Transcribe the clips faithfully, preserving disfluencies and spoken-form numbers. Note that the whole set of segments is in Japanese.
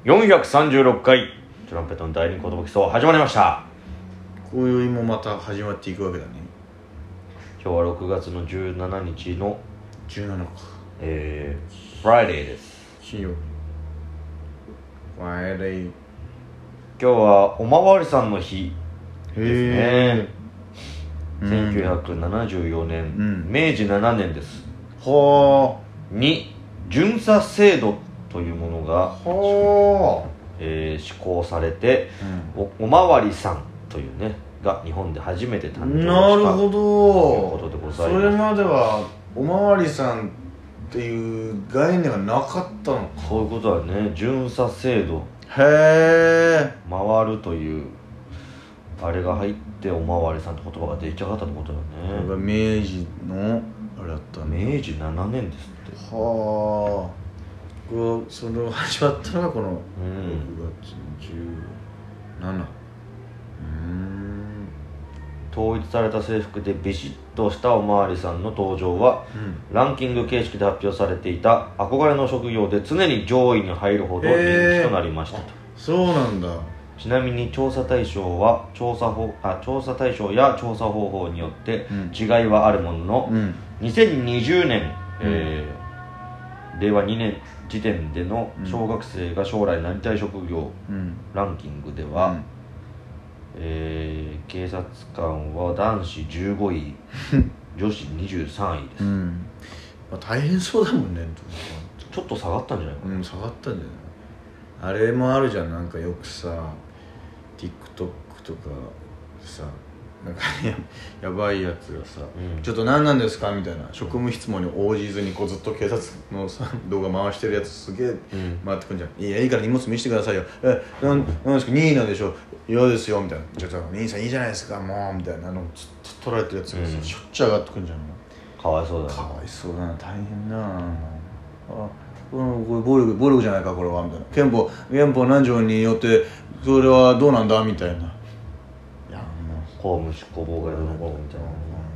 よんひゃくさんじゅうろっかいトランペットの第二言葉基礎始まりました。 今宵もまた始まっていくわけだね。 今日はろくがつのじゅうしちにちのじゅうしちかえー、フライデーです。 金曜日。フライデー。 今日はおまわりさんの日ですね。せんきゅうひゃくななじゅうよねん、うん、めいじななねんです。 はあに巡査制度というものがはあ、 えー、施行されて、うん、お, おまわりさんというねが日本で初めて誕生したなるほどということでございます。 それまではおまわりさんっていう概念がなかったのか。 そういうことだね。巡査制度、 へえ、 回るというあれが入っておまわりさんって言葉が出来上がったってことだね。 これが明治のあれだったんだ。 めいじななねんですって。 はあ、これそれを始まったのがこのろくがつじゅうしち、うん、 統一された制服でビシッとしたおまわりさんの登場は、うん、ランキング形式で発表されていた憧れの職業で常に上位に入るほど人気となりましたと。 そうなんだ。ちなみに調査対象は調査法あ調査対象や調査方法によって違いはあるものの、うん、にせんにじゅうねん、うんえー、れいわにねん時点での小学生が将来なりたい職業、うん、ランキングでは、うんえー、警察官は男子じゅうごい女子にじゅうさんいです、うんまあ、大変そうだもんね。 ちょっと下がったんじゃないかな。 うん下がったんじゃない。あれもあるじゃん、なんかよくさ TikTok とかさなんか や, やばいやつがさ、うん、ちょっと何なんですかみたいな職務質問に応じずにこうずっと警察のさ動画回してるやつすげえ回ってくんじゃん、うん、いやいいから荷物見せてくださいよ。えなんなんですか任意なんでしょ嫌ですよみたいな。ちょっと兄さんいいじゃないですかもうみたいなのずっと取られてるやつがさ、うん、しょっちゅう上がってくんじゃん。 かわいそうだな。 かわいそうだな、大変だなあ。これ暴力暴力じゃないかこれはみたいな。憲法憲法何条によってそれはどうなんだみたいな。いやもう公務執行妨害の方みたいな、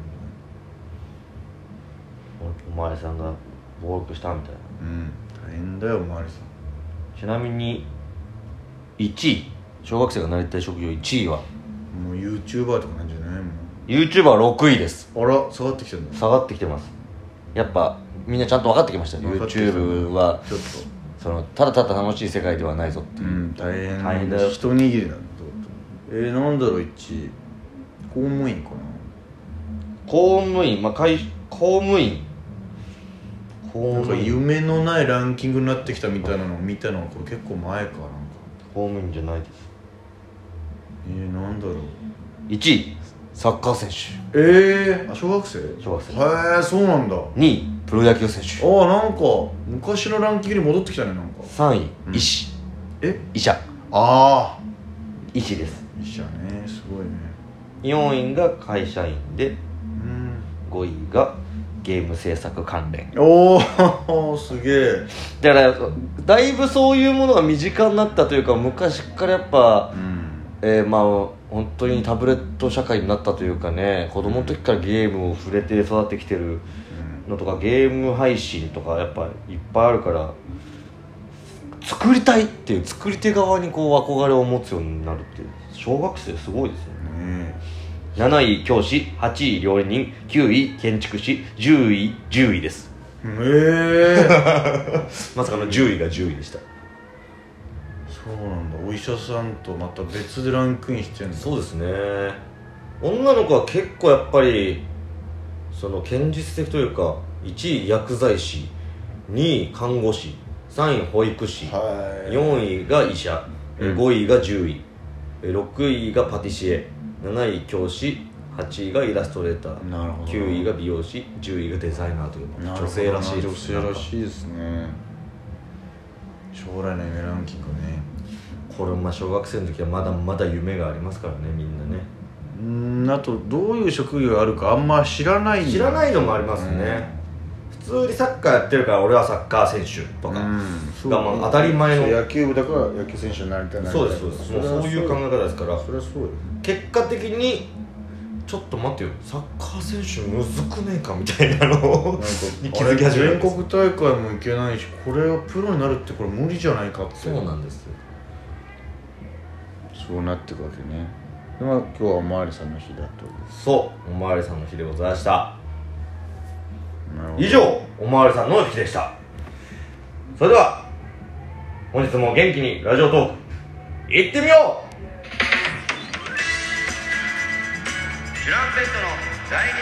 おまわりさんが暴力したみたいな。 うん大変だよおまわりさん。 ちなみにいちい小学生がなりたい職業いちいはもう YouTuber とかなんじゃない？もう YouTuber はろくいです。 あら下がってきてるんだ。 下がってきてます。やっぱみんなちゃんと分かってきましたよ。 YouTube はちょっとそのただただ楽しい世界ではないぞっていう、うん、 大変大変だよ。一握りなんだ。えー、なんだろういちい公務員かな。 公務員、まあ、会公務員公務員なんか夢のないランキングになってきたみたいなのを見たのはこれ結構前か。なんか公務員じゃないです。 えー、なんだろういちいサッカー選手。 えー、あ小学生小学生へえそうなんだ。 にいプロ野球選手。 ああなんか昔のランキングに戻ってきたね。なんかさんい、うん、医師。 え医者。 ああ医師です。 医者ねすごいね。 よんいが会社員で、うん、ごいがゲーム制作関連。 おおすげえ。 だからだいぶそういうものが身近になったというか昔からやっぱ、うんえー、まあ本当にタブレット社会になったというかね、子供の時からゲームを触れて育ってきてるのとか、ゲーム配信とかやっぱいっぱいあるから作りたいっていう作り手側にこう憧れを持つようになるっていう小学生すごいですよね。なない教師、はちい料理人、きゅうい建築士、じゅうい獣医です。 へえまさかのじゅういがじゅういでした。 そうなんだ。お医者さんとまた別でランクインしてるんだ。 そうですね。女の子は結構やっぱりその堅実的というか、いちい薬剤師、にい看護師、さんい保育士、よんいが医者、うん、ごいが獣医、ろくいがパティシエ、なない教師、はちいがイラストレーター、 なるほど、 きゅういが美容師、じゅういがデザイナーという女性らしいです。 女性らしいですね。将来の夢ランキングね。 これまあ小学生の時はまだまだ夢がありますからね、みんなね。 うーんあとどういう職業があるかあんま知らない。 知らないのもありますね、うん、普通にサッカーやってるから俺はサッカー選手とか、うん、がまあ当たり前の。 野球部だから野球選手になりたいなりたい。 そうですそうです。もうそういう考え方ですから。 それはそうよ。 結果的にちょっと待ってよサッカー選手むずくねえかみたいなのに気づき始めたんです。 全国大会も行けないしこれはプロになるってこれ無理じゃないかって。 そうなんですよ。 そうなっていくわけね。でまあ今日はおまわりさんの日だと。 そうおまわりさんの日でございました。以上おまわりさんの日でした。それでは本日も元気にラジオトーク行ってみよう。チュランペットの第二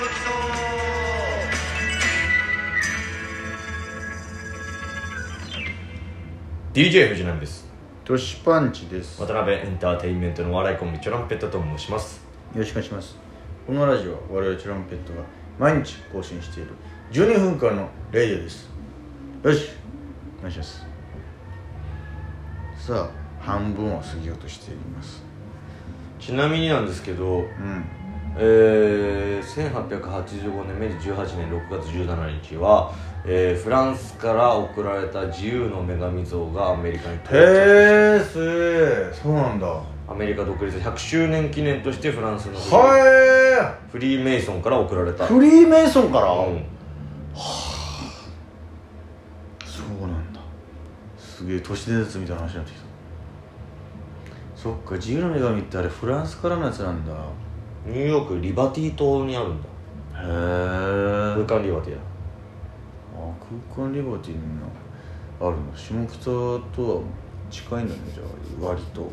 寿と ディージェー 藤波です。 トシパンチです。 渡辺エンターテインメントの笑いコンビチュランペットと申します。 よろしくお願いします。このラジオは我々チュランペットが毎日更新しているじゅうにふんかんのレイディオです。よしお願いします。さあ半分を過ぎようとしています。 ちなみになんですけど、 うんえー、せんはっぴゃくはちじゅうごねんめいじじゅうはちねんろくがつじゅうしちにちは、えー、フランスから贈られた自由の女神像がアメリカに到着した。 へーすげえ。そうなんだ。 アメリカ独立ひゃくしゅうねん記念としてフランスのフリー、 はフリーメイソンから贈られた。 フリーメイソンから、 うん、はあそうなんだ。すげえ都市伝説みたいな話になってきた。そっか自由の女神ってあれフランスからのやつなんだ。 ニューヨークリバティ島にあるんだ。 へえ。 空間リバティや。 あ空間リバティにあるの。下北とは近いんだね。じゃあ割と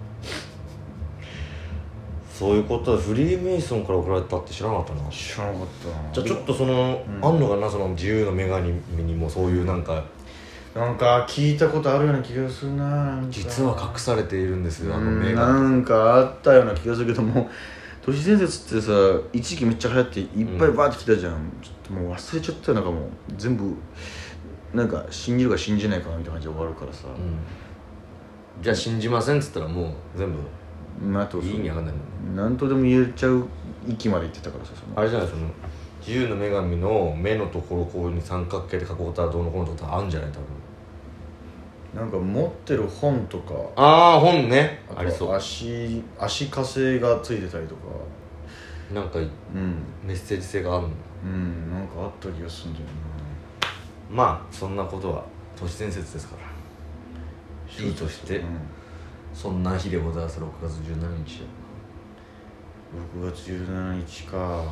そういうことでフリーメイソンから贈られたって知らなかったな。 知らなかったな。 じゃあちょっとその、うん、あんのかなその自由の女神にもそういうなんかなんか聞いたことあるような気がするな。 実は隠されているんですよ、あの名がなんかあったような気がするけども、都市伝説ってさ一時期めっちゃ流行っていっぱいバーってきたじゃん、うん、ちょっともう忘れちゃったよ。なんかもう全部なんか信じるか信じないかみたいな感じで終わるからさ、 うん、じゃあ信じませんっつったらもう全部いい意味わかんないもんね。 何とでも言えちゃう域まで言ってたからさ。そのあれじゃないその自由の女神の目のところこういうに三角形で囲ったらどうのこうのとかあるんじゃない多分。 なんか持ってる本とかああ本ねあありそう。 足足かせがついてたりとかなんか、うん、メッセージ性があるの。 うんなんかあった気がするんだよな。まあそんなことは都市伝説ですからいいとして、うん、そんな日でございますろくがつじゅうしちにち。 ろくがつじゅうしちにちか。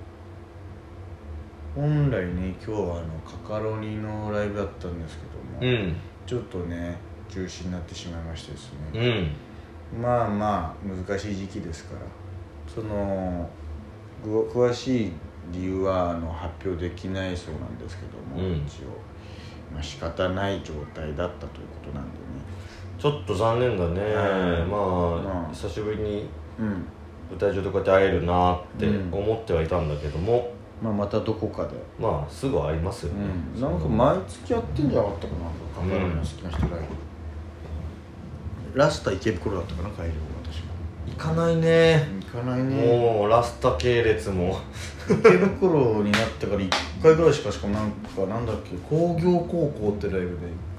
本来ね今日はあのカカロニのライブだったんですけども、うん、ちょっとね中止になってしまいましてですね、うん、まあまあ難しい時期ですからその詳しい理由はあの発表できないそうなんですけども、うん、一応、まあ、仕方ない状態だったということなんでねちょっと残念だね、うん、まあ、まあ、久しぶりに舞台上でこうやって会えるなって思ってはいたんだけども、 まあ、またどこかでまあすぐ会いますよね、 うん、なんか毎月やってんじゃなかったかなカカロニの好きな人ライブ、ラスタ池袋だったかな会場。私も行かないね行かないね。 もうラスタ系列も池袋になってからいっかいぐらいしかしかもなんかなんだっけ工業高校ってライブでいっかいだけ行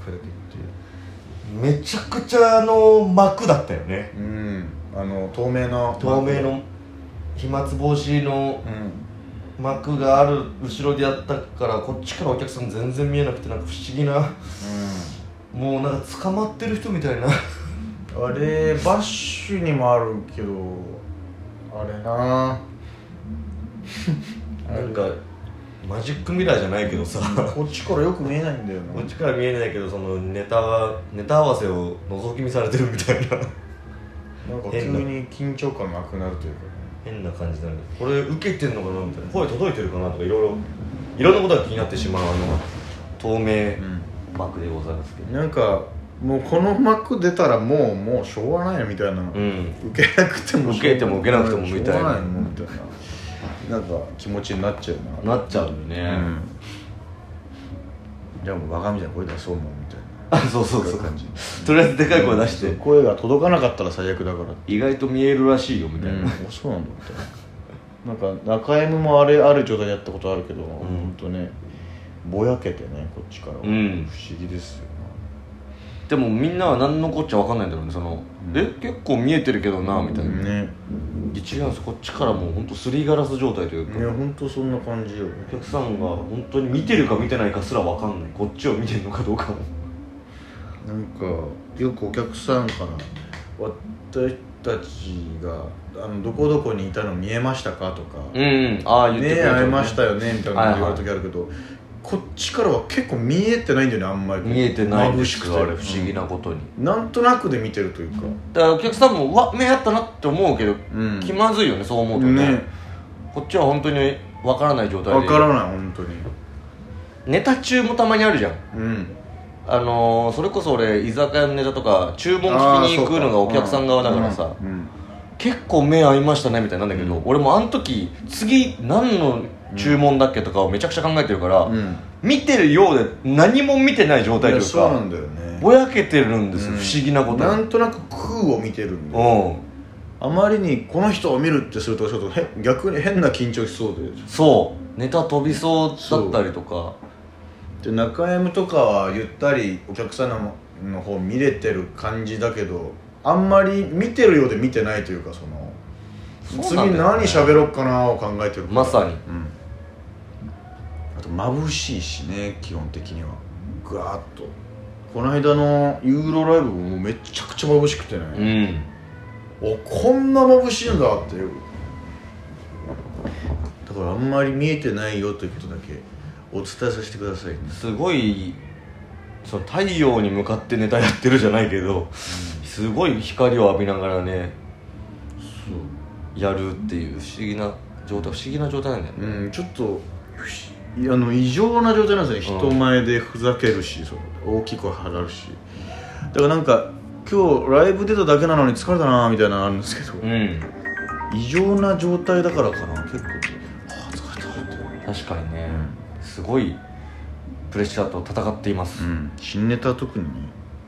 ってめちゃくちゃあの幕だったよね。 うんあの透明の透明の飛沫防止の、うん幕がある後ろでやったからこっちからお客さん全然見えなくてなんか不思議な、うん、もうなんか捕まってる人みたいなあれバッシュにもあるけどあれななんかマジックミラーじゃないけどさこっちからよく見えないんだよな。 こっちから見えないけどそのネタネタ合わせを覗き見されてるみたいななんか急に緊張感なくなるというかね変な感じになる。これ受けてんのかなみたいな声届いてるかなとかいろいろいろんなことが気になってしまうあの透明幕でございますけど、 うん、なんかもうこの幕出たらもうもうしょうがないよみたいな、うん、受けなくても受けても受けなくてもみたいなしょうがないもんみたいななんか気持ちになっちゃうななっちゃうよね、うん、 じゃあもうバカみたいな声出そうもんみたいなあそうそうそう感じとりあえずでかい声出して声が届かなかったら最悪だから意外と見えるらしいよみたいな、うん、 そうなんだみたいななんか中 M もあれある状態でやったことあるけど、うん、ほんとねぼやけてねこっちからは、うん、不思議ですよでもみんなは何のこっちゃ分かんないんだろうね、その、うん、え結構見えてるけどなみたいなね。違うんです、こっちからもうほんとすりガラス状態というか、 いやほんとそんな感じよ。 お客さんが本当に見てるか見てないかすら分かんない、こっちを見てるのかどうかも。 なんかよくお客さんから私たちがあのどこどこにいたの見えましたかとか、 うん、ああ言ってくれたね、 目合いましたよねみたいな言われる時あるけど、はいはい、こっちからは結構見えてないんだよね、あんまり見えてないんですよ、あれ不思議なことに、 うん、なんとなくで見てるというか、 だからお客さんもうわ目合ったなって思うけど、うん、気まずいよね、そう思うと ね, ねこっちは本当に分からない状態で、 分からない本当に。 ネタ中もたまにあるじゃん、 うん、 あのー、それこそ俺居酒屋のネタとか注文聞きに行くのがお客さん側だからさ、うんうん、結構目合いましたねみたいなんだけど、うん、俺もあの時次何の注文だっけとかをめちゃくちゃ考えてるから、うん、見てるようで何も見てない状態というか、 そうなんだよね、 ぼやけてるんですよ、うん、不思議なこと。 なんとなく空を見てるんで、うん、あまりにこの人を見るってするとちょっとへ逆に変な緊張しそうで、 そうネタ飛びそうだったりとかで、中 M とかはゆったりお客さんの方見れてる感じだけど、あんまり見てるようで見てないというか、そのそ、ね、次何喋ろうかなを考えてるから、 まさに、うん、 あと眩しいしね、基本的にはグワーッと。この間のユーロライブもめちゃくちゃ眩しくてね、うん、おこんな眩しいんだっていう。だからあんまり見えてないよということだけお伝えさせてくださいね。 すごいその太陽に向かってネタやってるじゃないけど、うん、すごい光を浴びながらね、そうやるっていう不思議な状態、不思議な状態なんだよね、 うん、ちょっとあの異常な状態なんですね、うん、人前でふざけるし、そう大きく払うし、だからなんか今日ライブ出ただけなのに疲れたなみたいなのあるんですけど、うん、異常な状態だからかな、結構、はあ、疲れたって。 確かにね、うん、すごいプレッシャーと戦っています、 うん、新ネタは特にね。